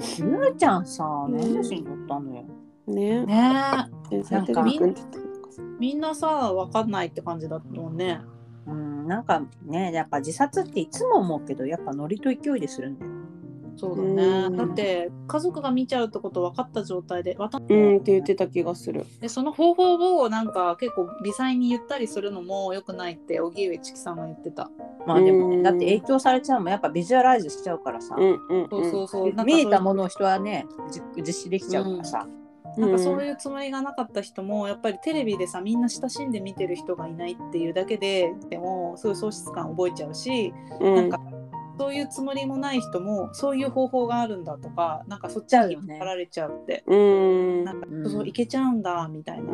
ゆうちゃんさ、なんで死んじゃったのよ。 ねえ。 なんかみんなさ、分かんないって感じだったもんね。 なんかね、やっぱ自殺っていつも思うけど、やっぱノリと勢いでするんだよ。 そうだね。だって家族が見ちゃうってこと分かった状態で、 って言ってた気がする。 でその方法をなんか結構微細に言ったりするのも良くないって荻上チキさんが言ってた。 まあでもね、だって影響されちゃうもん、やっぱビジュアライズしちゃうからさ。 そう見えたものを人はね、実施できちゃうからさ。 なんかそういうつもりがなかった人もやっぱりテレビでさ、みんな親しんで見てる人がいないっていうだけでもすごい喪失感覚えちゃうし、なんかそういうつもりもない人もそういう方法があるんだとか、なんかそっちに引っ張られちゃうって、なんかそういけちゃうんだみたいな。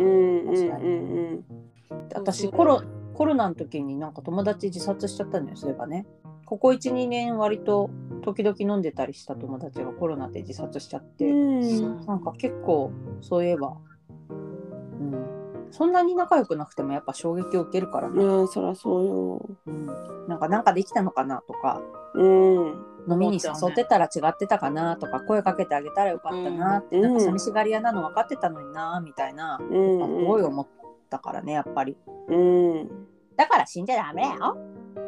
私コロナの時になんか友達自殺しちゃったんだよ、そういえばね。ここ 1,2 年割と時々飲んでたりした友達がコロナで自殺しちゃって、なんか結構そういえば、そんなに仲良くなくてもやっぱ衝撃を受けるからね。 そりゃそうよ。 なんかできたのかなとか、飲みに誘ってたら違ってたかなとか、声かけてあげたらよかったなって、なんか寂しがり屋なの分かってたのになみたいな、すごい思ったからね、やっぱり。だから死んじゃダメだよ。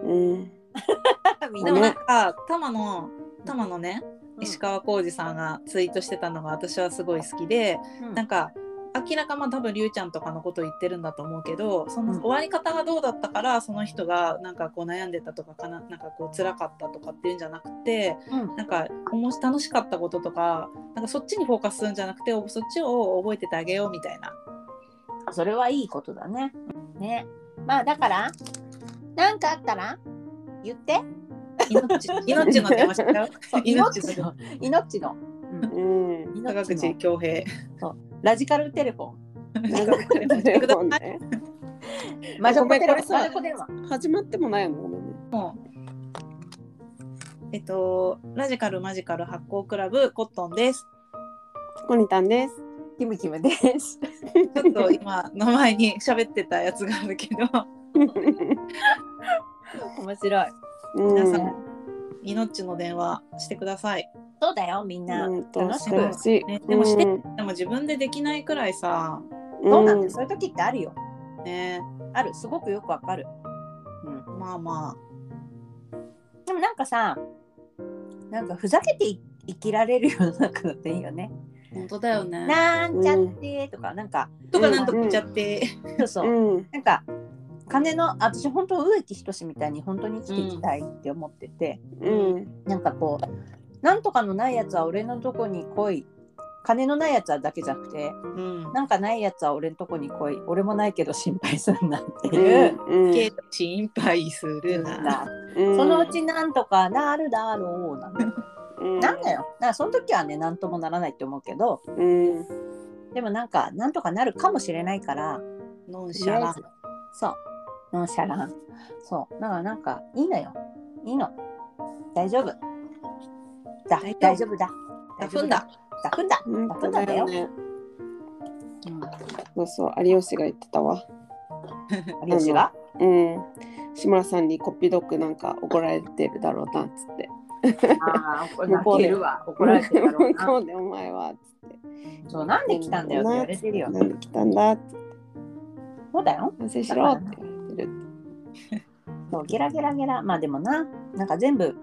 でもなんか多摩のね、石川浩二さんがツイートしてたのが私はすごい好きで、なんか明らか多分りゅうちゃんとかのことを言ってるんだと思うけど、その終わり方がどうだったからその人がなんかこう悩んでたとかなんかこう辛かったとかっていうんじゃなくて、なんか楽しかったこととか、なんかそっちにフォーカスするんじゃなくて、そっちを覚えててあげようみたいな。 それはいいことだね。まあだからなんかあったら言って。 命の電話しちゃう。 命の坂口恭平。 ラジカルテレフォン。 マジョコテレフォン。始まってもないもんね。 ラジカルマジカル発行クラブコットンです。 コニタンです。 キムキムです。 ちょっと今の前に喋ってたやつがあるけど面白い。 皆さん、命の電話してください。 そうだよ、みんな楽しく、 ね、でも自分でできないくらいさ、 そうなんだよ、そういう時ってあるよ。 ね、 ある、すごくよくわかる。 まあでもなんかさ、なんかふざけて生きられるような中だっていいよね。 本当だよね。 なんちゃってとか、なんかなんとかちゃって、 なんか私本当植木仁みたいに本当に生きていきたいって思ってて、なんかこうなんとかのないやつは俺のとこに来い、金のないやつはだけじゃなくて、なんかないやつは俺のとこに来い、俺もないけど心配するなっていう、 心配するな、 そのうちなんとかなるだろうなんだよ。なんだよ。だからその時はね、なんともならないって思うけど、でもなんかなんとかなるかもしれないから、 ノンシャラン。 そう、ノンシャラン。そう、だからなんかいいのよ。いいの。大丈夫。大丈夫だ。 ダフンだよ。 そう、有吉が言ってたわ。 有吉が？ 志村さんにコピードッグなんか怒られてるだろうなっつって。 怒られてるだろうな。 向こうでお前はっつって。 そう、なんで来たんだよって言われてるよ。 なんで来たんだって。 そうだよ。 反省しろって言われてる。 そうゲラゲラゲラ。まあでもなんか全部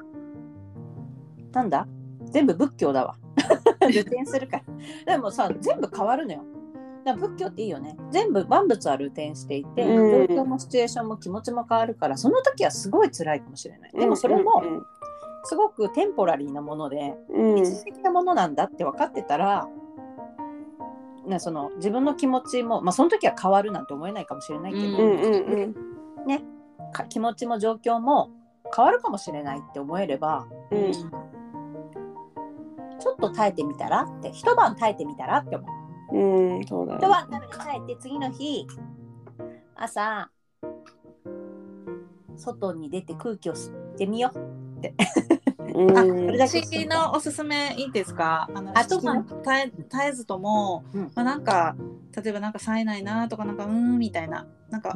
全部仏教だわ。受験するから。でもさ、全部変わるのよ。だから仏教っていいよね。全部万物は流転していて、状況もシチュエーションも気持ちも変わるから、その時はすごい辛いかもしれない。でもそれもすごくテンポラリーなもので、一時的なものなんだって分かってたら、その自分の気持ちも、その時は変わるなんて思えないかもしれないけど、ね、気持ちも状況も変わるかもしれないって思えれば、ちょっと耐えてみたらって、一晩耐えてみたらって思う。 そうだよ。 一晩耐えて、次の日朝外に出て空気を吸ってみようって私のおすすめいいですか？一晩耐えずとも、なんか例えばなんか冴えないなとか、なんかみたいな、なんか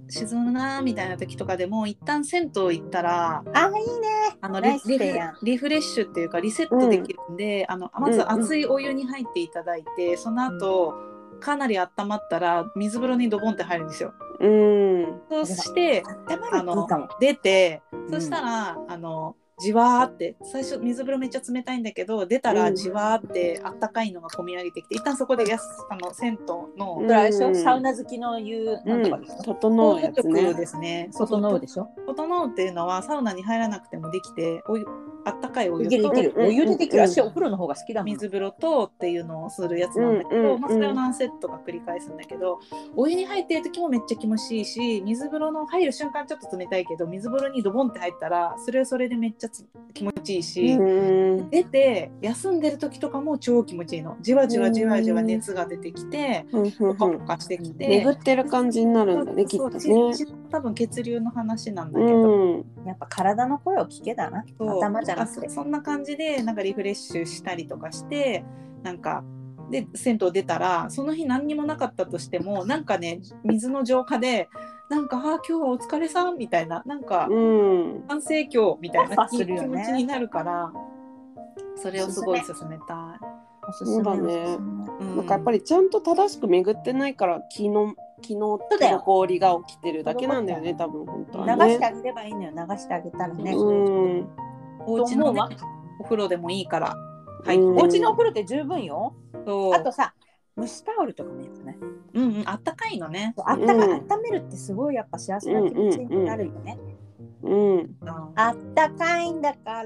沈むなみたいな時とかでも一旦銭湯行ったらあ、いいね。ナイス提案。 リフレッシュっていうかリセットできるんで、まず熱いお湯に入っていただいて、その後、かなり温まったら水風呂にドボンって入るんですよ。そうして出て、そしたらじわーって最初水風呂めっちゃ冷たいんだけど出たらじわーってあったかいのが込み上げてきて、一旦そこで銭湯の、 サウナ好きの言うなんとかですか、 整うやつね。 ですね。 整うでしょ。 整うっていうのはサウナに入らなくてもできて、あったかいお湯とお湯でできる。私お風呂の方が好きだもん。 水風呂とっていうのをするやつなんだけど、それを何セットか繰り返すんだけど、お湯に入ってる時もめっちゃ気持ちいいし、水風呂の入る瞬間ちょっと冷たいけど水風呂にドボンって入ったらそれはそれでめっちゃ気持ちいいし、出て休んでる時とかも超気持ちいいの。じわじわじわじわ熱が出てきてポカポカしてきて巡ってる感じになるんだね、きっとね。 多分血流の話なんだけど、 やっぱ体の声を聞けだな。頭じゃなくて。 そんな感じでなんかリフレッシュしたりとかして、なんかで銭湯出たらその日何にもなかったとしてもなんかね、水の浄化でなんか今日はお疲れさんみたいな、なんか反省今日みたいな気持ちになるから、それをすごい勧めたい。 そうだね。なんかやっぱりちゃんと正しく巡ってないから昨日氷が起きてるだけなんだよね、多分本当はね。 流してあげればいいのよ。流してあげたらね。 お家のお風呂でもいいから。 お家のお風呂って十分よ。あとさ、蒸しタオルとかもいいですね。 あったかいのね。 温めるってすごいやっぱ幸せな気持ちになるよね。あったかいんだから。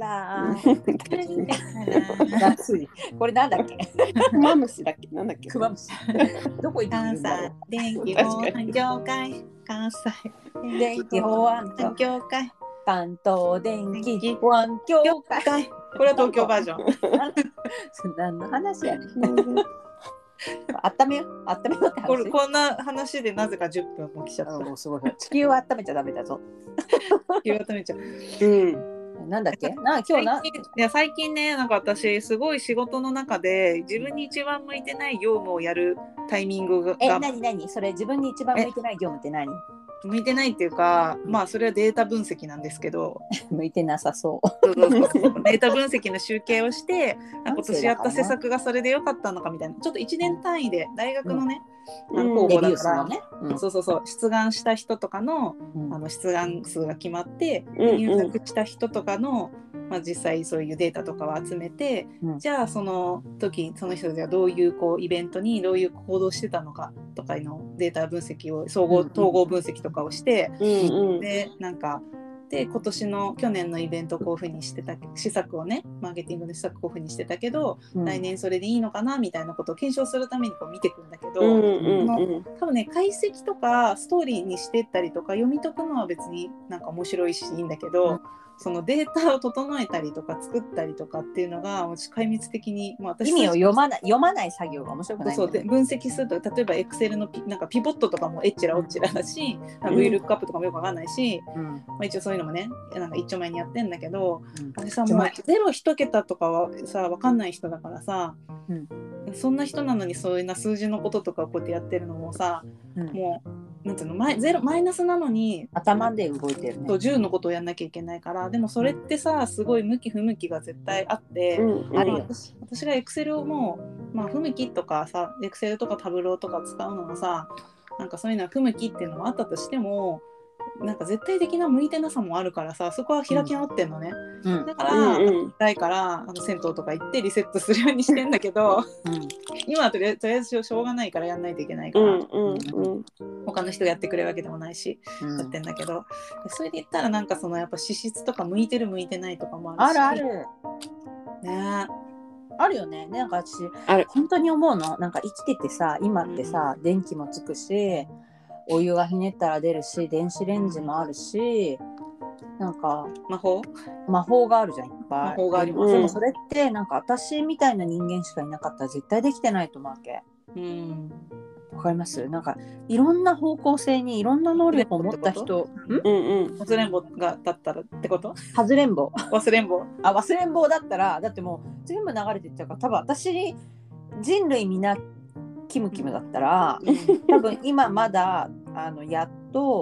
これなんだっけ？ クマムシだっけ？なんだっけ？ クマムシ。どこ行ったんだろう？ 電気保安協会関西電気保安協会関東電気保安協会。 これは東京バージョン。 何の話やねん。温めようって話。 こんな話でなぜか10分も来ちゃった。 地球を温めちゃダメだぞ。 地球を温めちゃう。 なんだっけ？今日最近ね、なんか私すごい仕事の中で自分に一番向いてない業務をやるタイミングが。 何？それ自分に一番向いてない業務って何？ 向いてないっていうか、まあそれはデータ分析なんですけど向いてなさそうデータ分析の集計をして今年やった施策がそれで良かったのかみたいな、ちょっと1年単位で大学のね、候補だから、出願した人とかの、出願数が決まって、入学した人とかの、実際そういうデータとかを集めて、じゃあその時その人たちがどういうイベントにどういう行動してたのかとかのデータ分析を統合分析とかをして、でなんかで去年のイベントこういうふうにしてた施策をね、マーケティングの施策こういうふうにしてたけど、来年それでいいのかなみたいなことを検証するために見ていくんだけど、多分ね解析とかストーリーにしてったりとか読み解くのは別になんか面白いしいいんだけど、そのデータを整えたりとか作ったりとかっていうのが壊滅的に、 私意味を読まない作業が面白くない、ね、 そうで分析すると、例えば Excel のなんかピボットとかもエッチラオッチラだし、VLOOKUP とかもよくわかんないし、一応そういうのもねなんか一丁前にやってんだけど、私さもう0一桁とかはさわかんない人だからさ、そんな人なのにそういうな数字のこととかこうやってやってるのもさ、もうなんていうのマイナスなのに頭で動いてるね。 10のことをやんなきゃいけないから、でもそれってさすごい向き不向きが絶対あって、私がエクセルをもう、不向きとかさエクセルとかタブローとか使うのはさ、なんかそういうのは不向きっていうのもあったとしても、なんか絶対的な向いてなさもあるからさ、そこは開き直ってんのね、だから辛いから銭湯とか行ってリセットするようにしてんだけど、今はとりあえずしょうがないからやんないといけないから、他の人がやってくれるわけでもないし、やってんだけど、それで言ったらなんかそのやっぱ資質とか向いてる向いてないとかもあるし、 あるね、 あるよね。なんか私本当に思うの、なんか生きててさ、今ってさ、電気もつくしお湯がひねったら出るし電子レンジもあるし、なんか魔法があるじゃん、いっぱい。 魔法があります。 でもそれってなんか私みたいな人間しかいなかったら絶対できてないと思うわけ。わかります？なんかいろんな方向性にいろんな能力を持った人、 忘れんぼがだったらってこと？ 外れんぼ忘れんぼ忘れんぼだったら、だってもう全部流れていっちゃうから、多分私人類みんなキムキムだったら、多分今まだやっと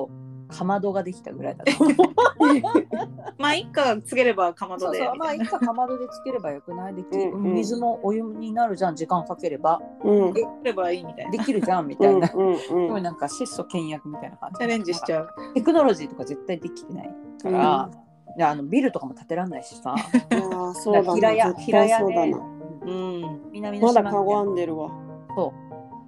かまどができたぐらいだと思う。 まあ一家つければかまどでそうそう、まあ一回かまどでつければよくない？できる、水もお湯になるじゃん、時間かければ、 できればいいみたいな、 できるじゃんみたいな、すごいなんか質素倹約みたいな感じ。 チャレンジしちゃう。 テクノロジーとか絶対できてないから、ビルとかも建てらんないしさ。 そうだな、 平屋で、 南の島まだかご編んでるわ。 そう。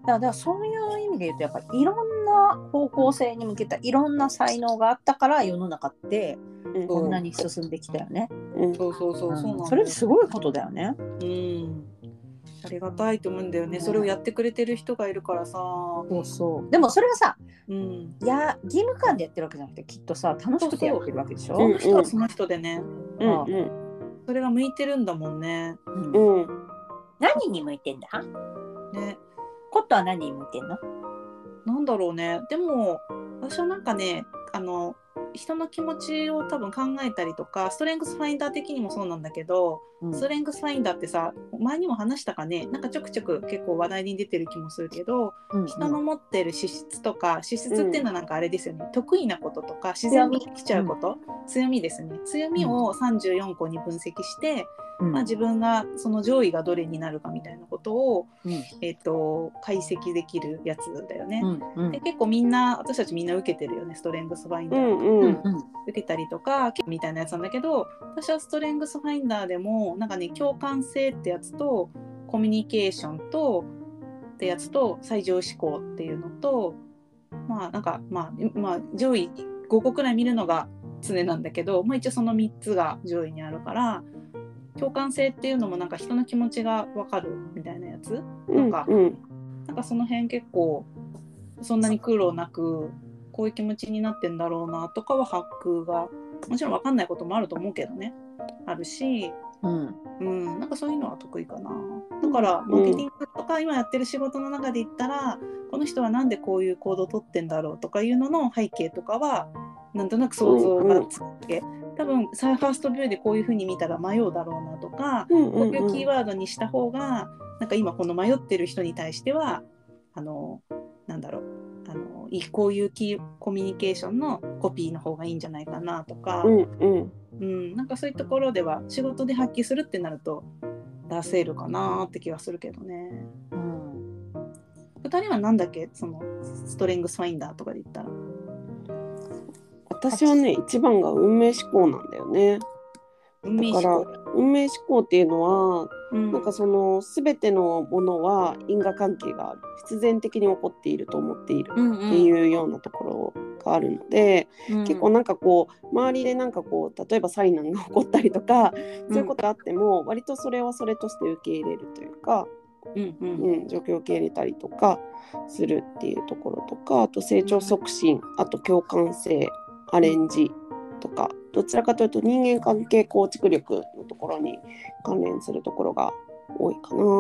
だからそういう意味で言うと、やっぱりいろんな方向性に向けたいろんな才能があったから世の中ってこんなに進んできたよね。それすごいことだよね。 ありがたいと思うんだよね。それをやってくれてる人がいるからさ。 そうそう。でもそれはさ、いや義務感でやってるわけじゃなくて、きっとさ楽しくてやってるわけでしょ。 その人はその人でね。それが向いてるんだもんね。 何に向いてんだ？ね。コットは何に向いてんの？ なんだろうね。でも私はなんかね、人の気持ちを多分考えたりとか、ストレングスファインダー的にもそうなんだけど、ストレングスファインダーってさ、前にも話したかね、なんかちょくちょく結構話題に出てる気もするけど、人の持ってる資質とか、資質っていうのはなんかあれですよね、得意なこととか自然にできちゃうこと、強みですね。強みを34個に分析して、自分がその上位がどれになるかみたいなことを、解析できるやつだよね。で結構私たちみんな受けてるよね、ストレングスファインダー。受けたりとかみたいなやつなんだけど、私はストレングスファインダーでもなんかね、共感性ってやつとコミュニケーションとってやつと最上思考っていうのと、なんか上位5個くらい見るのが常なんだけど、一応その3つが上位にあるから、共感性っていうのもなんか人の気持ちが分かるみたいなやつ、なんかその辺結構そんなに苦労なくこういう気持ちになってんだろうなとかは把握がもちろん分かんないこともあると思うけどね、あるし、なんかそういうのは得意かな。だからマーケティングとか今やってる仕事の中で言ったら、この人はなんでこういう行動をとってんだろうとかいうのの背景とかはなんとなく想像がつくわけ。多分ファーストビューでこういう風に見たら迷うだろうなとか、こういうキーワードにした方がなんか今この迷ってる人に対してはなんだろう、こういうコミュニケーションのコピーの方がいいんじゃないかなとか、なんかそういうところでは仕事で発揮するってなると出せるかなって気がするけどね。2人はなんだっけ、そのストレングスファインダーとかで言ったら。 私はね、一番が運命思考なんだよね。だから運命思考っていうのは、なんかその全てのものは因果関係がある、必然的に起こっていると思っているっていうようなところがあるので、結構なんかこう周りでなんかこう例えば災難が起こったりとか、そういうことがあっても割とそれはそれとして受け入れるというか、状況を受け入れたりとかするっていうところとか、あと成長促進、あと共感性、アレンジとか、どちらかというと人間関係構築力のところに関連するところが多いかな。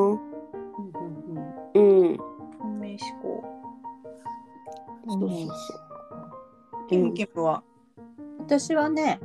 運命思考。キムは？ 私はね、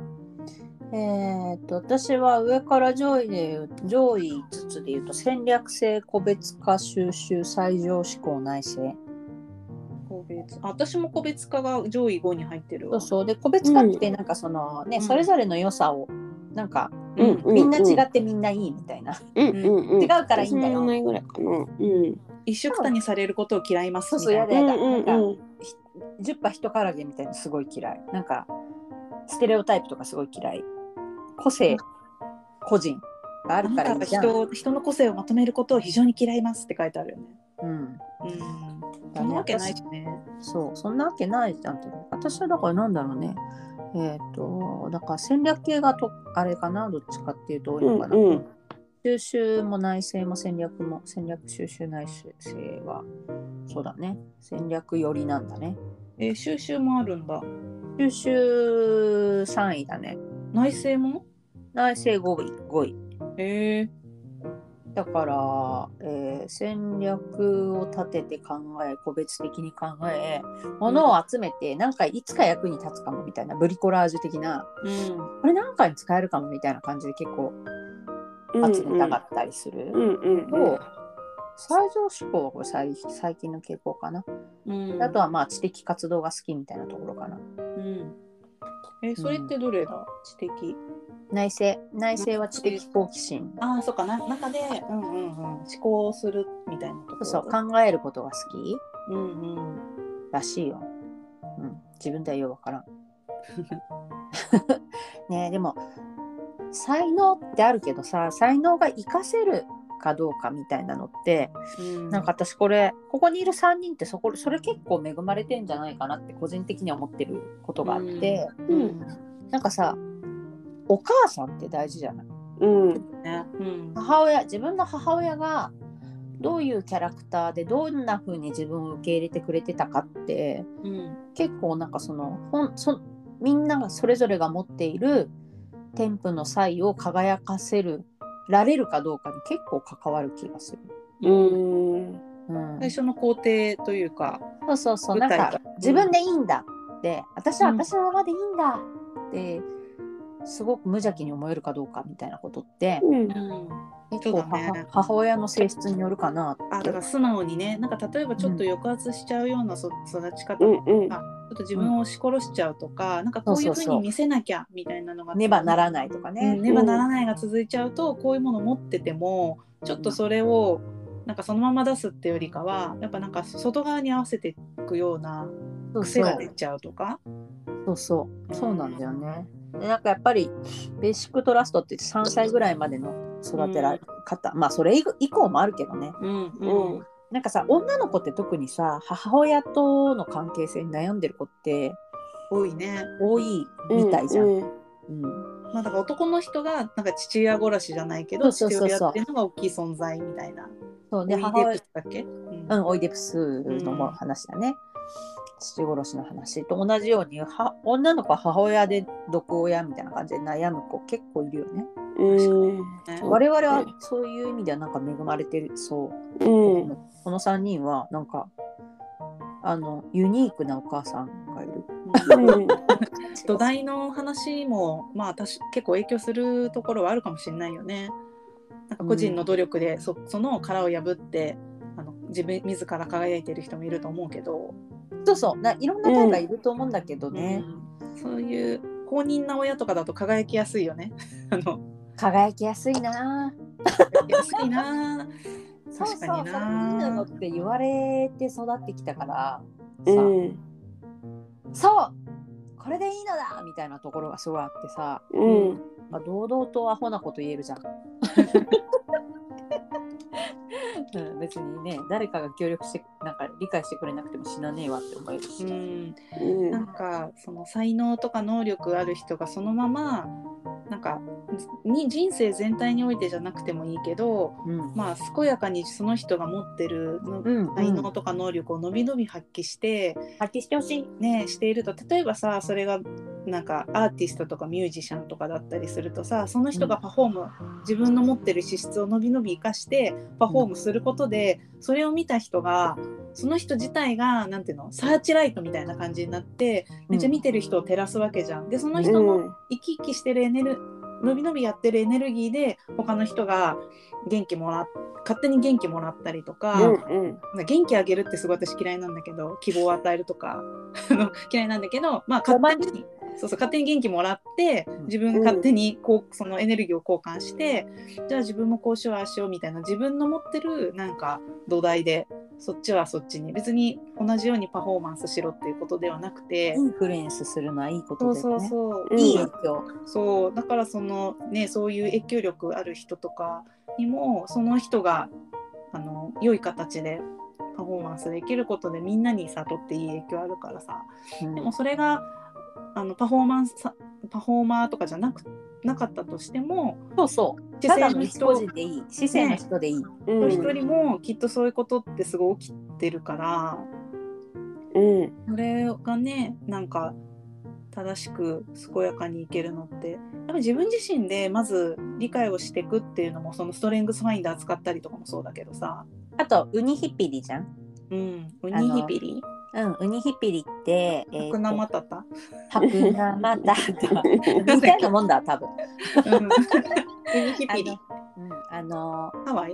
私は上から上位5つで言うと、戦略性、個別化、収集、最上思考、内省。 私も個別化が上位5に入ってるわ。 そうで、個別化ってなんかそのね、それぞれの良さをなんか、みんな違ってみんないいみたいな、違うからいいんだよ。 ないぐらいかな。 一緒くたにされることを嫌いますみたいな。 やだやだ。なんか10羽人からげみたいなすごい嫌い。なんかステレオタイプとかすごい嫌い。個性、個人があるからいいじゃん。 人の個性をまとめることを非常に嫌いますって書いてあるよね。そんなわけないしね。 そう、そんなわけないじゃん。私はだからなんだろうね。だから戦略系があれかな、どっちかっていうと多いのかな。収集も内政も戦略収集内政はそうだね。戦略寄りなんだね。 収集もあるんだ。 収集3位だね。 内政も？ 内政5位。だから、戦略を立てて考え、個別的に考え、物を集めてなんかいつか役に立つかもみたいな、ブリコラージュ的な、これ何かに使えるかもみたいな感じで結構集めたかったりすると、 最上志向はこれ最近の傾向かな、あとはまあ知的活動が好きみたいなところかな。 それってどれだ、知的？ 内省は知的好奇心。 ああ、そっかな、中で、思考するみたいなところ。 そう、考えることが好き、らしいよ。自分ではよくわからん。ねえ、でも才能ってあるけどさ、才能が活かせるかどうかみたいなのって、なんか私ここにいる3人ってそれ結構恵まれてんじゃないかなって個人的には思ってることがあって、なんかさ、お母さんって大事じゃない？自分の母親がどういうキャラクターでどんな風に自分を受け入れてくれてたかって、結構なんかみんながそれぞれが持っている天賦の才を輝かせられるかどうかに結構関わる気がする。 最初の工程というか、 そうなんか自分でいいんだって、私は私のままでいいんだってすごく無邪気に思えるかどうかみたいなことって、結構母親の性質によるかなって。 だから素直にね、なんか例えばちょっと抑圧しちゃうような育ち方とか、ちょっと自分を押し殺しちゃうとか、なんかこういう風に見せなきゃみたいなのがねばならないとかね、 ねばならないが続いちゃうと、こういうもの持っててもちょっとそれをなんかそのまま出すってよりかは、やっぱなんか外側に合わせていくような癖が出ちゃうとか。 そうなんだよね。でなんかやっぱりベーシックトラストって3歳ぐらいまでの育てられ方、まあそれ以降もあるけどね、なんかさ、女の子って特にさ、母親との関係性に悩んでる子って多いみたいじゃん。 まあだから男の人がなんか父親殺しじゃないけど、父親っていうのが大きい存在みたいな。 そうね、 オイデプスだっけ？ オイデプスの話だね。父殺しの話と同じように女の子は母親で毒親みたいな感じで悩む子結構いるよね。我々はそういう意味ではなんか恵まれてるそう、この3人はなんかユニークなお母さんがいる。 土台の話もまあ結構影響するところはあるかもしれないよね。なんか個人の努力でその殻を破って自ら輝いてる人もいると思うけど、 いろんなタイプがいると思うんだけどね、 そういう公認な親とかだと輝きやすいよね。 輝きやすいな。確かにな。そういいのって言われて育ってきたからさ、これでいいのだみたいなところがすごいあってさ、堂々とアホなこと言えるじゃん。別にね、誰かが協力してなんか理解してくれなくても死なねえわって思えるし、 なんかその才能とか能力ある人がそのままなんか人生全体においてじゃなくてもいいけど、まあ健やかにその人が持ってる才能とか能力をのびのび発揮してほしいね、していると、例えばさ、それがなんかアーティストとかミュージシャンとかだったりするとさ、その人がパフォーム、自分の持ってる資質をのびのび生かしてパフォームすることで、それを見た人がその人自体がなんていうの、サーチライトみたいな感じになってめっちゃ見てる人を照らすわけじゃん。でその人の生き生きしてるのびのびやってるエネルギーで他の人が勝手に元気もらったりとか、元気あげるってすごい私嫌いなんだけど、希望を与えるとか嫌いなんだけど、まあ勝手に元気もらって自分勝手にそのエネルギーを交換して、じゃあ自分もこうしようああしようみたいな、自分の持ってるなんか土台でそっちはそっちに別に同じようにパフォーマンスしろっていうことではなくて、 インフルエンスするのはいいことですね。 いい影響。そうだからそういう影響力ある人とかにもその人が良い形でパフォーマンスできることでみんなにとっていい影響あるからさ、でもそれがパフォーマーとかじゃなかったとしても、 ただの一個人でいい、姿勢の人でいい、 一人もきっとそういうことってすごい起きてるから、それがね、なんか正しく健やかにいけるのってやっぱり自分自身でまず理解をしていくっていうのも、そのストレングスファインダー使ったりとかもそうだけどさ、 あとウニヒピリじゃん。 ウニヒピリ、 ウニヒピリって、 白生マタタ白生マタタみたいなもんだ多分。 ウニヒピリ、 ハワイ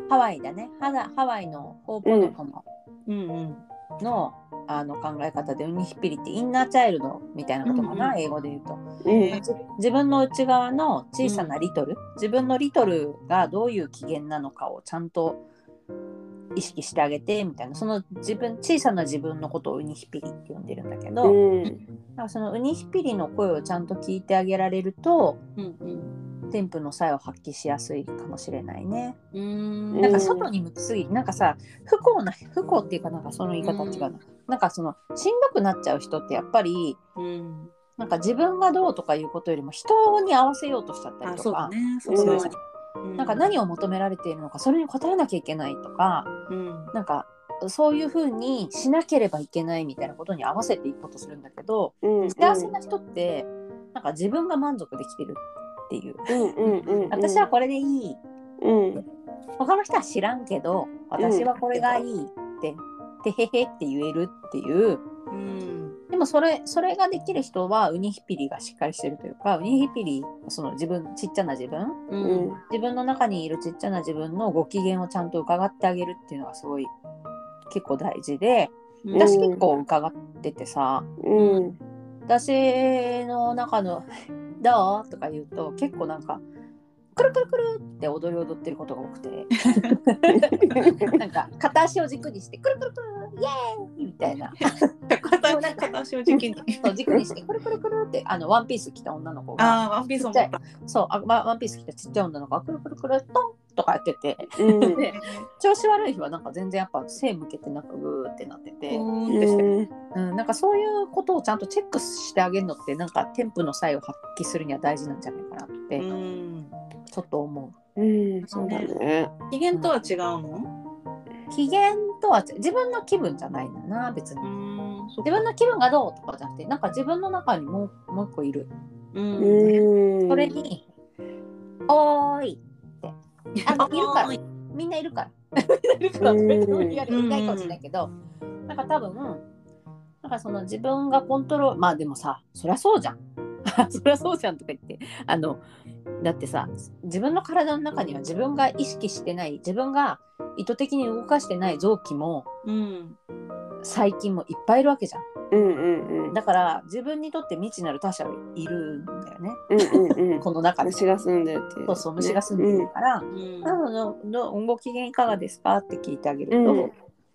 ハワイだね。ハワイのホーポノポノの、考え方でウニヒピリってインナーチャイルドみたいなことかな、英語で言うと、自分の内側の小さなリトル、自分のリトルがどういう機嫌なのかをちゃんと意識してあげてみたいな、その小さな自分のことをウニヒピリって呼んでるんだけど、だからそのウニヒピリの声をちゃんと聞いてあげられると、天賦の作用を発揮しやすいかもしれないね。なんか外に向きすぎ、なんかさ、不幸っていうか、なんかその言い方違うな、なんかそのしんどくなっちゃう人ってやっぱり、なんか自分がどうとかいうことよりも人に合わせようとしちゃったりとか、なんか何を求められているのか、それに応えなきゃいけないとか、なんかそういう風にしなければいけないみたいなことに合わせていこうとするんだけど、幸せな人ってなんか自分が満足できてるっていう、私はこれでいい、他の人は知らんけど私はこれがいいっててへへって言えるっていう、でもそれができる人はウニヒピリがしっかりしてるというか、ウニヒピリ、そのちっちゃな自分、自分の中にいるちっちゃな自分のご機嫌をちゃんと伺ってあげるっていうのがすごい結構大事で、私結構伺っててさ、私の中のどうとか言うと結構なんかくるくるくるって踊ってることが多くてなんか片足を軸にしてくるくるくるイエーイみたいな片足を軸にしてくるくるくるってワンピース着た女の子が、 ワンピースを持った、 ワンピース着たちっちゃい女の子がくるくるくるトンとかやってて、で調子悪い日はなんか全然やっぱ背向けてなんかグーってなってて、なんかそういうことをちゃんとチェックしてあげるのってなんか天賦の作用を発揮するには大事なんじゃないかなってちょっと思う。 そうだね。 機嫌とは違うの？ 機嫌とは自分の気分じゃないんだな、別に。自分の気分がどうとかじゃなくて、なんか自分の中にもう一個いる。それにおーいっているから、みんないるからいるからいないかもしれないけど、なんか多分なんかその自分がコントロール、まあでもさ、そりゃそうじゃんそりゃそうじゃんとか言ってだってさ、自分の体の中には自分が意識してない、自分が意図的に動かしてない臓器も、細菌もいっぱいいるわけじゃん。だから自分にとって未知なる他者はいるんだよね。この中に虫が住んでるっていう、 そう虫が住んでるから、ご機嫌いかがですかって聞いてあげると、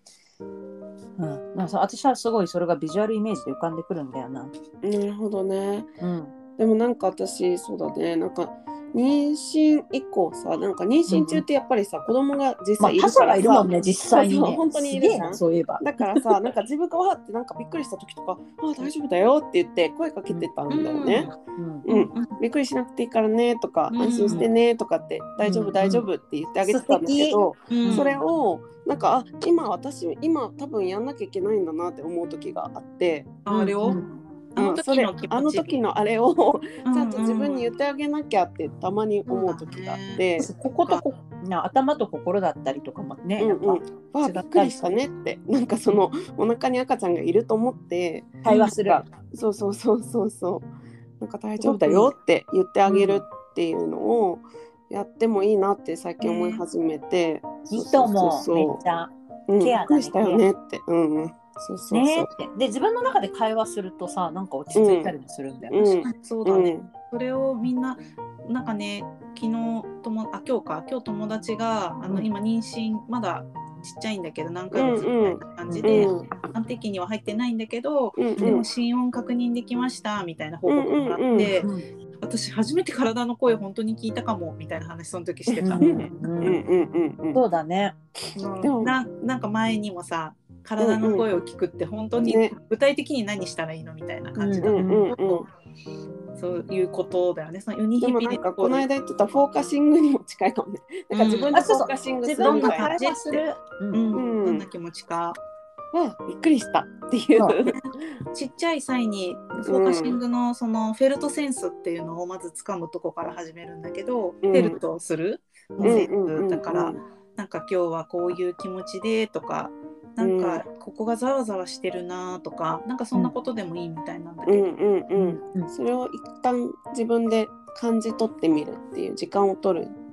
なんか私はすごいそれがビジュアルイメージで浮かんでくるんだよな。 なるほどね。でもなんか私そうだね、なんか妊娠以降さ、なんか妊娠中ってやっぱりさ、子供が実際いるからさ、 いるもんね、実際にね。 そう本当にいるじゃん。 そういえば。 だからさ、なんか自分がわってなんかびっくりした時とか、大丈夫だよって言って声かけてたんだよね。びっくりしなくていいからねとか、安心してねとかって、大丈夫大丈夫って言ってあげてたんだけど、それをなんか今多分やんなきゃいけないんだなって思う時があって、 あれをあの時のあれをちゃんと自分に言ってあげなきゃってたまに思う時があって、 頭と心だったりとかもね、 びっくりしたねって、なんかそのお腹に赤ちゃんがいると思って会話する、 そうなんか大丈夫だよって言ってあげるっていうのをやってもいいなって最近思い始めて、 いいと思う、めっちゃケアだね。 びっくりしたよねって、そうねってで自分の中で会話するとさ、なんか落ち着いたりもするんだよね。 そうだね。それをみんななんかね、今日友達が今妊娠まだちっちゃいんだけど何ヶ月みたいな感じで、安定期には入ってないんだけど、でも心音確認できましたみたいな報告もらって、私初めて体の声本当に聞いたかもみたいな話その時してた。 そうだね。 なんか前にもさ、体の声を聞くって本当に具体的に何したらいいのみたいな感じだけど、そういうことだよね。そのユニヒピリでもなんかこの間言ってたフォーカシングにも近いかもね。なんか自分でフォーカシングするみたいな。 自分がする。 どんな気持ちか。 びっくりしたっていう。 ちっちゃい際にフォーカシングのそのフェルトセンスっていうのをまず掴むとこから始めるんだけど、フェルトするセンスだから、なんか今日はこういう気持ちでとか。なんかここがざわざわしてるなとか、なんかそんなことでもいいみたいなんだけど、 それを一旦自分で感じ取ってみるっていう時間を取る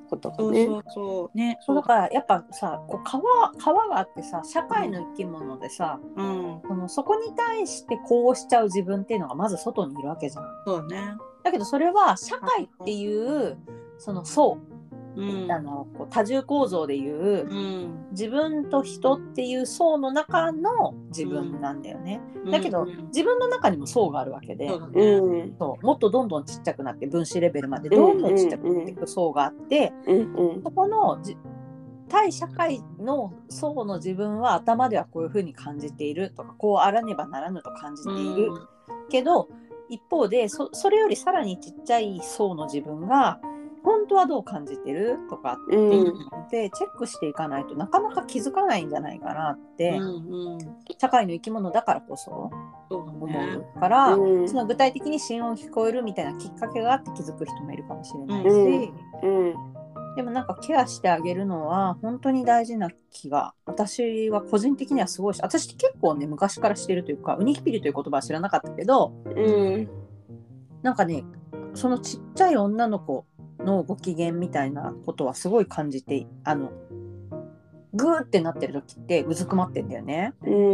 ことがね。 そうね。 そうだからやっぱさ、こう川があってさ、社会の生き物でさ、そこに対してこうしちゃう自分っていうのがまず外にいるわけじゃん。 そうね。 だけどそれは社会っていうその層、こう多重構造でいう、自分と人っていう層の中の自分なんだよね。だけど、自分の中にも層があるわけで、そうもっとどんどんちっちゃくなって分子レベルまでどんどんちっちゃくなっていく層があって、そこの対社会の層の自分は頭ではこういうふうに感じているとか、こうあらねばならぬと感じている、けど一方でそれよりさらにちっちゃい層の自分が本当はどう感じてるとかっていうのでチェックしていかないとなかなか気づかないんじゃないかなって、社会の生き物だからこそ思うから、その具体的に心音聞こえるみたいなきっかけがあって気づく人もいるかもしれないし、でもなんかケアしてあげるのは本当に大事な気が私は個人的にはすごいし、私結構ね昔からしてるというか、ウニヒピリという言葉は知らなかったけど、なんかね、そのちっちゃい女の子のご機嫌みたいなことはすごい感じて、グーってなってる時ってうずくまってんだよね。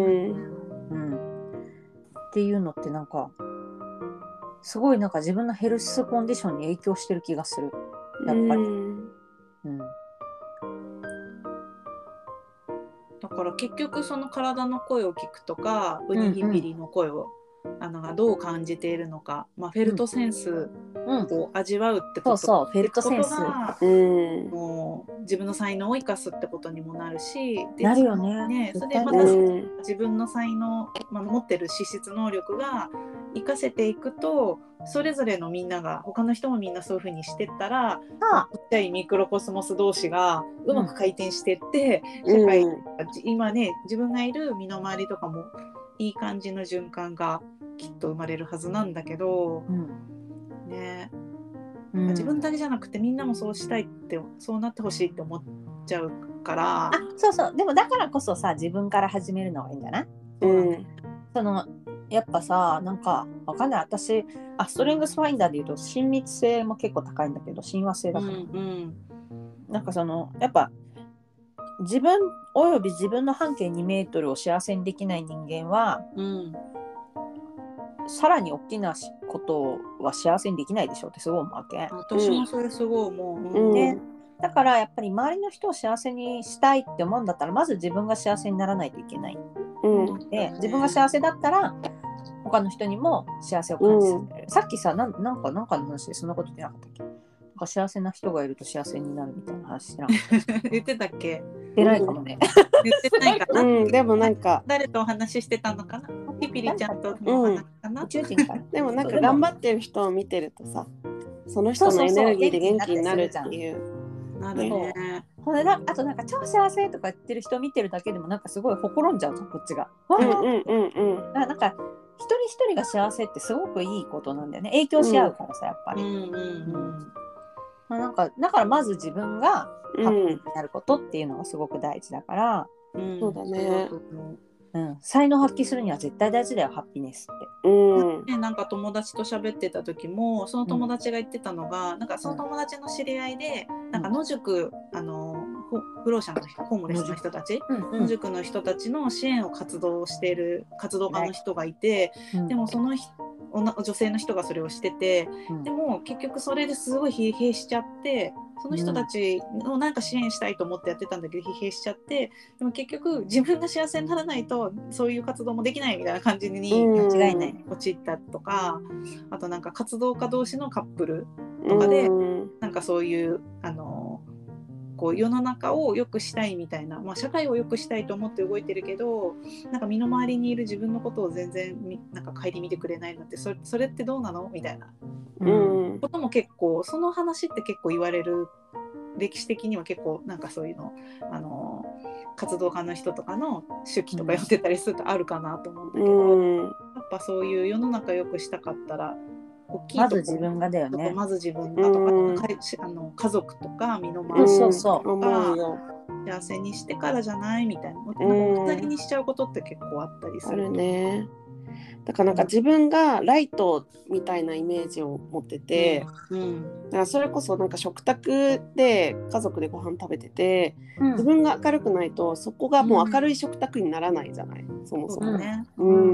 っていうのってなんかすごいなんか自分のヘルスコンディションに影響してる気がする、やっぱり。 だから結局その体の声を聞くとか、ウニヒピリの声をどう感じているのか、フェルトセンスを味わうってこと、 フェルトセンスがもう自分の才能を生かすってことにもなるし、 なるよね。 それでまた自分の才能、持ってる資質能力が生かせていくと、それぞれのみんなが他の人もみんなそういう風にしてったら、ちっちゃいミクロコスモス同士がうまく回転してって、社会、今ね自分がいる身の回りとかもいい感じの循環がきっと生まれるはずなんだけど、自分だけじゃなくてみんなもそうしたいって、そうなってほしいって思っちゃうから。 でもだからこそさ、自分から始めるのがいいんじゃない？やっぱさ、なんかわかんない、私ストレングスファインダーでいうと親密性も結構高いんだけど、親和性だから、なんかやっぱ自分および自分の半径2メートルを幸せにできない人間は、さらに大きなことは幸せにできないでしょうってすごい思うわけ。 私もそれすごい思う。 だからやっぱり周りの人を幸せにしたいって思うんだったら、まず自分が幸せにならないといけない。で、自分が幸せだったら他の人にも幸せを感じさせる。さっきさ、なんかの話でそんなこと言ってなかったっけ？なんか幸せな人がいると幸せになるみたいな話してなかったっけ？ 言ってたっけ？ 言ってないかもね。 言ってないかな。 でもなんか誰とお話ししてたのかな？ピピリちゃんとのお話かな？ 宇宙人かな。 でもなんか頑張ってる人を見てるとさ、その人のエネルギーで元気になるっていう。 なるね。 あとなんか超幸せとか言ってる人を見てるだけでもなんかすごいほころんじゃうじゃん、こっちが。なんか一人一人が幸せってすごくいいことなんだよね。影響し合うからさ、やっぱり。なんかだからまず自分がハッピーになることっていうのがすごく大事だから、 そうだね。 才能発揮するには絶対大事だよ、ハッピネスって。 なんか友達と喋ってた時もその友達が言ってたのが、なんかその友達の知り合いで、なんか野宿不老者のホームレスの人たち、野宿の人たちの支援を活動している活動家の人がいて、でもその女性の人がそれをしてて、でも結局それですごい疲弊しちゃって、その人たちをなんか支援したいと思ってやってたんだけど疲弊しちゃって、でも結局自分が幸せにならないとそういう活動もできないみたいな感じに間違いない陥ったとか、あとなんか活動家同士のカップルとかでなんかそういうこう世の中を良くしたいみたいな、社会を良くしたいと思って動いてるけど、なんか身の回りにいる自分のことを全然なんか顧みてくれないのって、それってどうなのみたいなことも結構、その話って結構言われる。歴史的には結構なんかそういうの活動家の人とかの手記とか読んでたりするとあるかなと思うんだけど、やっぱそういう世の中良くしたかったら大きいとこまず自分がだよね。 まず自分がとか、家族とか身の回りとか幸せにしてからじゃないみたいな、なんか置き去りにしちゃうことって結構あったりする。 あるね。 だからなんか自分がライトみたいなイメージを持ってて、だからそれこそなんか食卓で家族でご飯食べてて、自分が明るくないとそこがもう明るい食卓にならないじゃない、そもそもね。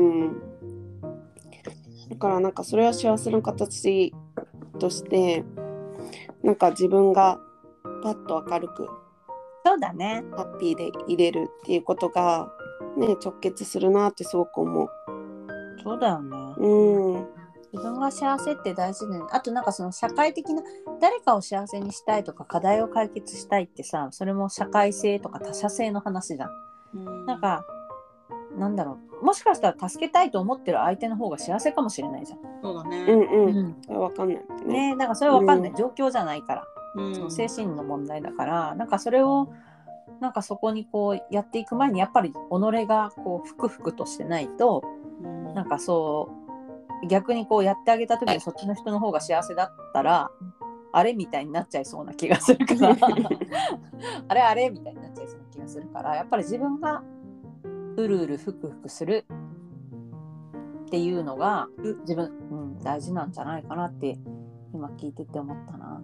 だからなんかそれは幸せの形としてなんか自分がパッと明るく、 そうだね、 ハッピーでいれるっていうことがね直結するなってすごく思う。 そうだよね。自分が幸せって大事で、あとなんかその社会的な誰かを幸せにしたいとか課題を解決したいってさ、それも社会性とか他者性の話じゃん。なんかなんだろう、もしかしたら助けたいと思ってる相手の方が幸せかもしれないじゃん。 そうだね。 分かんないね。だからそれは分かんない、状況じゃないから、その精神の問題だから、なんかそれをなんかそこにこうやっていく前にやっぱり己がこうふくふくとしてないと、なんかそう逆にこうやってあげた時にそっちの人の方が幸せだったらあれみたいになっちゃいそうな気がするからあれみたいになっちゃいそうな気がするから、やっぱり自分がうるうるふくふくするっていうのが自分、大事なんじゃないかなって今聞いてて思ったな。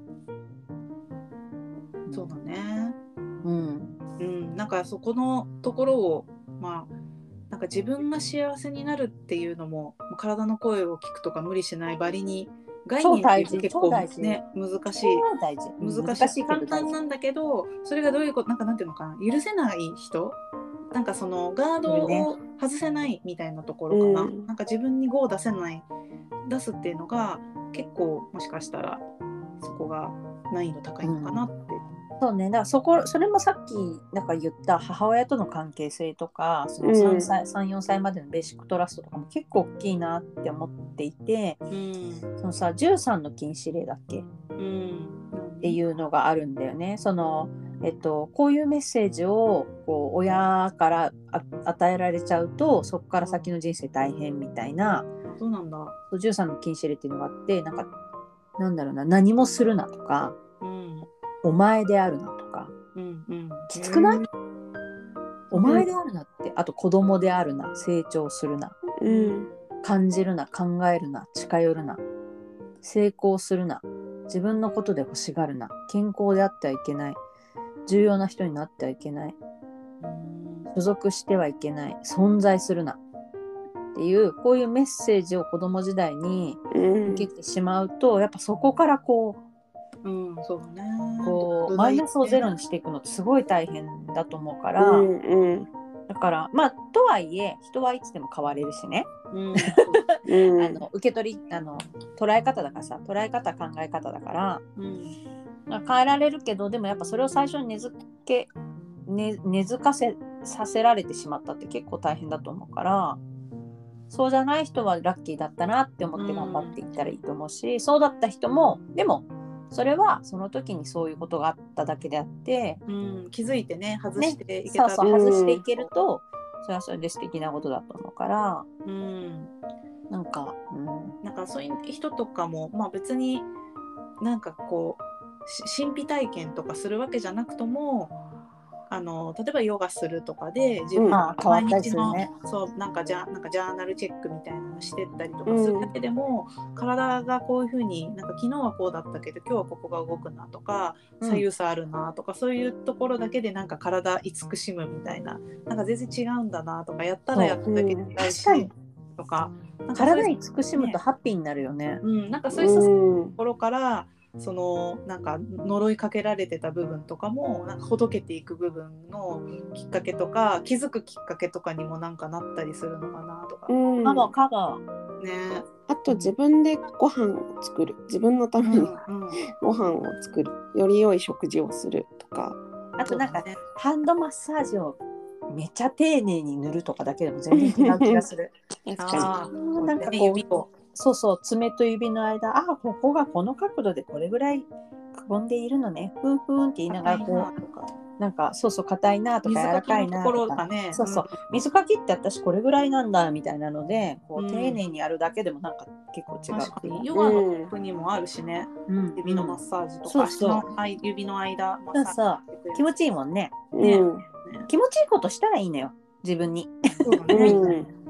そうだね。なんかそこのところをなんか自分が幸せになるっていうのも体の声を聞くとか無理しないばりに概念って結構ね難しい簡単なんだけど、それがどういうことなんていうのかな、許せない人、なんかそのガードを外せないみたいなところかな、なんか自分に5を出すっていうのが結構もしかしたらそこが難易度高いのかなって。 そうね、だからそれもさっきなんか言った母親との関係性とか、その3、4歳までのベーシックトラストとかも結構大きいなって思っていて、そのさ13の禁止令だっけ、っていうのがあるんだよね。そのこういうメッセージをこう親から与えられちゃうとそこから先の人生大変みたいな。 そうなんだ。 13の禁止令っていうのがあって、なんだろうな、何もするなとか、お前であるなとか、きつくない？お前であるなって、あと子供であるな、成長するな、感じるな、考えるな、近寄るな、成功するな、自分のことで欲しがるな、健康であってはいけない、重要な人になってはいけない、所属してはいけない、存在するなっていうこういうメッセージを子供時代に受けてしまうと、やっぱそこからこうそうだね、 こうマイナスをゼロにしていくのってすごい大変だと思うから、だからとはいえ人はいつでも変われるしね、受け取り捉え方だからさ、捉え方考え方だから、変えられるけど、でもやっぱそれを最初に根付かせさせられてしまったって結構大変だと思うから、そうじゃない人はラッキーだったなって思って頑張っていったらいいと思うし、そうだった人もでもそれはその時にそういうことがあっただけであって、 気づいてね外していけたら、 外していけるとそれはそれで素敵なことだと思うから、なんかそういう人とかも別になんかこう神秘体験とかするわけじゃなくとも、例えばヨガするとかで自分の毎日の、なんかジャーナルチェックみたいなのしてったりとかするだけでも、体がこういう風に昨日はこうだったけど今日はここが動くなとか、左右差あるなとか、そういうところだけでなんか体慈しむみたいな、なんか全然違うんだなとか、やったらやっただけで違うしとか、 体慈しむとハッピーになるよね。 なんかそういうところからそのなんか呪いかけられてた部分とかもなんかほどけていく部分のきっかけとか、気づくきっかけとかにもなんかなったりするのかなとか。 カバね。 あと自分でご飯を作る、自分のためにご飯を作る、より良い食事をするとか、 あとなんかハンドマッサージをめっちゃ丁寧に塗るとかだけでも全然違う気がする。 確かになんかこう爪と指の間、ここがこの角度でこれぐらいくぼんでいるのね、ふんふんって言いながらこうなんか硬いなとか柔らかいなとか、水かきって私これぐらいなんだみたいなのでこう丁寧にやるだけでもなんか結構違う。 確かにヨガの国もあるしね、指のマッサージとか、足の指の間マッサージ気持ちいいもんね。気持ちいいことしたらいいのよ、自分に。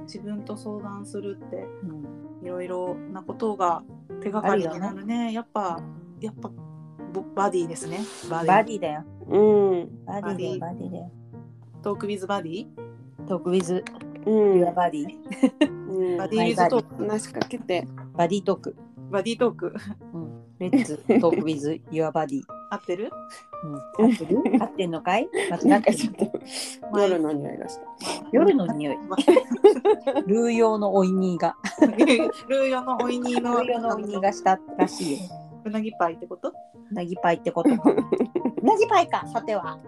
自分と相談するってうん、 いろいろなことが手がかりになるね。やっぱバディですね。 バディだよ。 うん。 バディだよ。 トークウィズバディ。 トークウィズうん。 ユアバディ。 バディウィズトーク。 話しかけて。 バディトーク。 バディトーク。 レッツトークウィズユアバディ。 合ってる？ 合ってる？合ってんのかい？ なんかちょっと夜の匂いがした。 夜の匂い。ルー用のおいにが。 ルー用のおいにの。 ルー用のおいにがしたらしいよ。 うなぎパイってこと？ うなぎパイってことか。うなぎパイか、さては。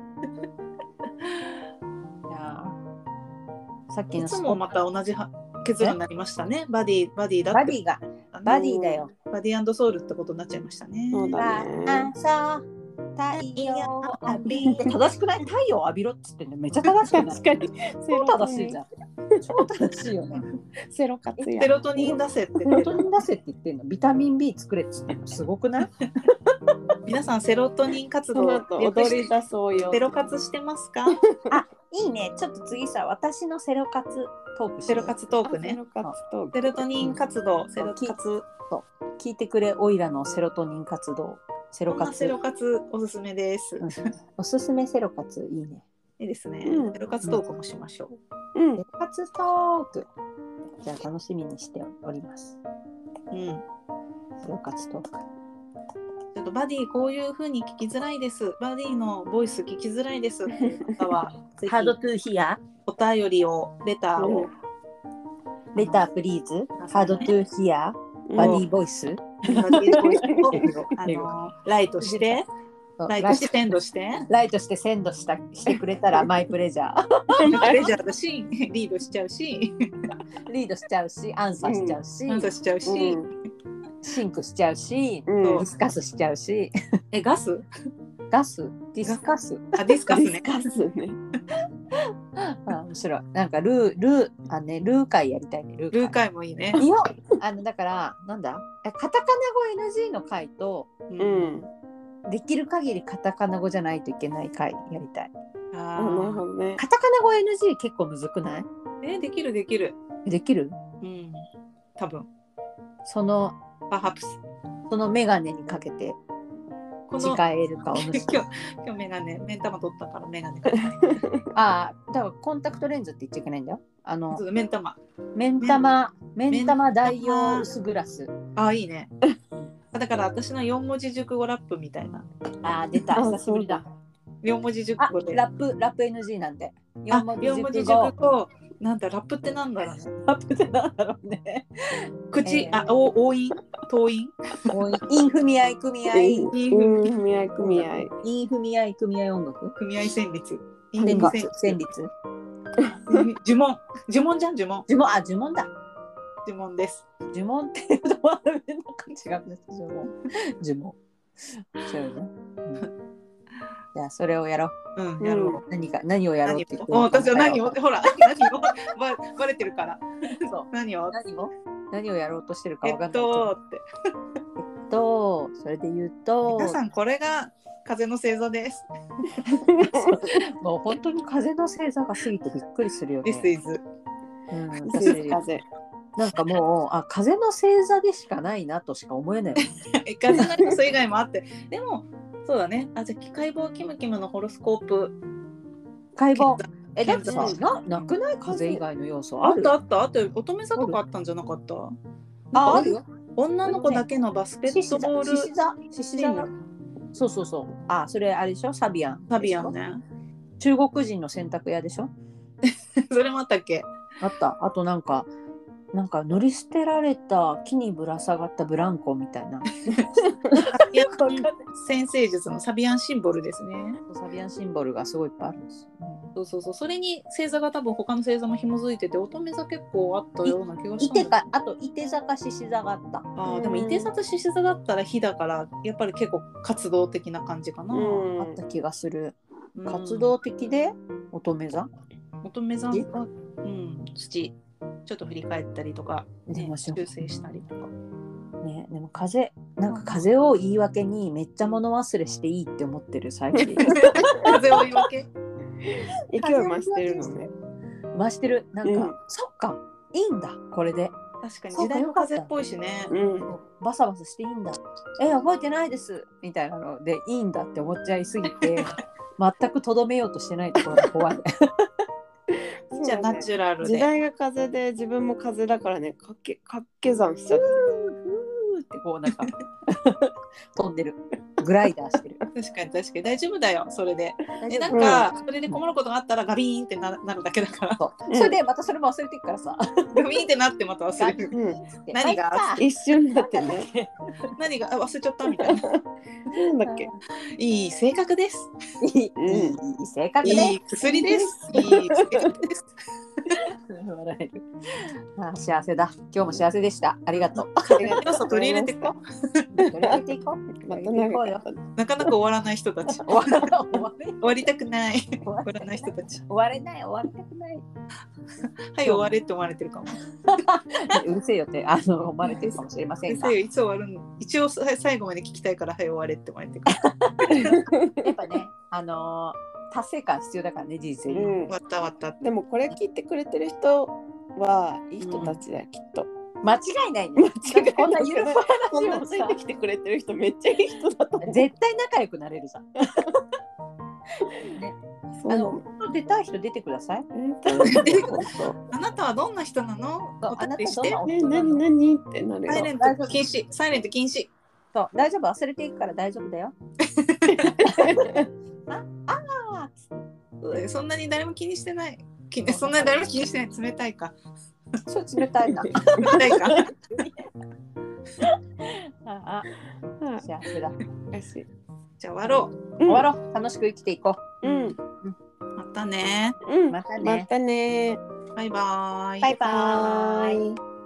いやさっきのいつもまた同じ結論になりましたね。バディだって。 バディが。バディだよ。 バディ&ソウルってことになっちゃいましたね。 そうだね。 朝太陽を浴びて。正しくない？太陽を浴びろっつってんのめっちゃ正しい。 確かに。 超正しいじゃん。超正しいよね。 セロ活や。 セロトニン出せって。 セロトニン出せって言ってんの。ビタミン B 作れっつってんの。すごくない？ 皆さんセロトニン活動踊り出そうよ。 セロ活してますか？ あ、いいね。ちょっと次さ、私のセロ活トーク。 セロ活トークね。 セロ活トーク。 セロトニン活動、セロ活。 聞いてくれ、オイラのセロトニン活動。セロ活。 セロ活おすすめです。 おすすめセロ活いいね。 いいですね。セロ活トークもしましょう。セロ活トーク。じゃあ楽しみにしております。セロ活トーク。 ちょっとバディこういう風に聞きづらいです。バディのボイス聞きづらいですっていう方はハードトゥーヒア。 お便りをレターを。 レタープリーズ。ハードトゥーヒア。バディボイス。 バディボイスをライトしてセンドしてくれたらマイプレジャー。プレジャーだし、リードしちゃうし、 アンサーしちゃうし、シンクしちゃうし、ディスカスしちゃうし。 ガス？ ディスカス。 あ、ディスカスね。 面白い。なんかルー会やりたいね。 ルー会もいいね。 いや、だからなんだ。カタカナ語 NG の回と、できる限りカタカナ語じゃないといけない回やりたい。 なるほどね。 カタカナ語 NG 結構むずくない？ できる。 できる？ 多分。 そのメガネにかけて使えるかお主。 今日メガネ、目ん玉取ったからメガネかけて。 だからコンタクトレンズって言っちゃいけないんだよ。 目ん玉大用薄グラス。 いいね。だから私の4文字熟語ラップみたいな。 出た、久しぶりだ。 4文字熟語で。 ラップ NG なんで。 4文字熟語。なんだラップってなんだろうね。 ラップってなんだろうね。 口、応印、遠印。 インフミ合い組合。 インフミ合い組合音楽。 組合旋律。 旋律。 呪文じゃん、呪文。 呪文だ。 呪文です。 呪文っていうとはなんか違うんです。呪文。そうよね。じゃあそれをやろう。やろう。 何をやろうって言って。 私は何をほらバレてるから。 そう。 何をやろうとしてるかわかんないけど。 それで言うと。 皆さんこれが風の星座です。 もう本当に風の星座が過ぎてびっくりするよね。 This is。 風。 なんかもう風の星座でしかないなとしか思えない。 風の要素以外もあって、でもそうだね。じゃあ解剖キムキムのホロスコープ。 解剖。だってさ、なくない風以外の要素ある？ あった。あと乙女座とかあったんじゃなかった？ あるよ。 女の子だけのバスケットボール。 獅子座。そう。それあれでしょ？サビアンね。 中国人の洗濯屋でしょ？ それもあったっけ？ あった。あとなんか乗り捨てられた木にぶら下がったブランコみたいな。 先生術のサビアンシンボルですね。 サビアンシンボルがすごいいっぱいあるんですよ、 そう。それに星座が多分他の星座も紐づいてて、乙女座結構あったような気がしたあと伊手座か獅子座があった。 でも伊手座と獅子座だったら火だからやっぱり結構活動的な感じかな。 あった気がする。活動的で乙女座は土ちょっと振り返ったりとか、修正したりとか。 でも風を言い訳にめっちゃ物忘れしていいって思ってる最近。 風を言い訳？ 勢い増してるのね。 増してる。なんか、そっかいいんだこれで。 確かに時代の風っぽいしね。 バサバサしていいんだ。覚えてないですみたいなのでいいんだって思っちゃいすぎて全くとどめようとしてないところが怖い。 じゃあナチュラルで。 時代が風で自分も風だからね、掛け算しちゃって。 ってこうなんか飛んでる。グライダーしてる。 確かに大丈夫だよそれで。なんか、それで困ることがあったらガビーンってなるだけだから。 それでまたそれも忘れていくからさ。 ガビーンってなってまた忘れる。何が一瞬だってね。 何が忘れちゃったみたいな。 なんだっけ。 いい性格です。 いい性格です。 いい薬です。いい性格です。 笑える。幸せだ。今日も幸せでした。ありがとう。 要素取り入れていこう。 取り入れていこう。 また長かった。 なかなか終わらない人たち。終わりたくない。終わらない人たち。 終われない。終わりたくない。 はい終われって思われてるかも。 うるせえよって思われてるかもしれませんが。 いつ終わるの？一応最後まで聞きたいからはい終われって思われてるから。 やっぱね達成感必要だからね人生に。 終わったでもこれ聞いてくれてる人はいい人たちだよ、きっと。 間違いないね。こんなゆるふわこんなついてきてくれてる人めっちゃいい人だと思う。 絶対仲良くなれるじゃん。ね、出たい人出てください。 あなたはどんな人なの？ あなたどんな人なの？何ってなるよ。 サイレント禁止。サイレント禁止。 そう大丈夫忘れていくから大丈夫だよ。 そんなに誰も気にしてない。そんなに誰も気にしてない。冷たいか。 そう冷たいな。 冷たいか。 幸せだ。 じゃあ終わろう。終わろう。楽しく生きていこう。 またね。 またね。 またね。 バイバーイ。 バイバーイ。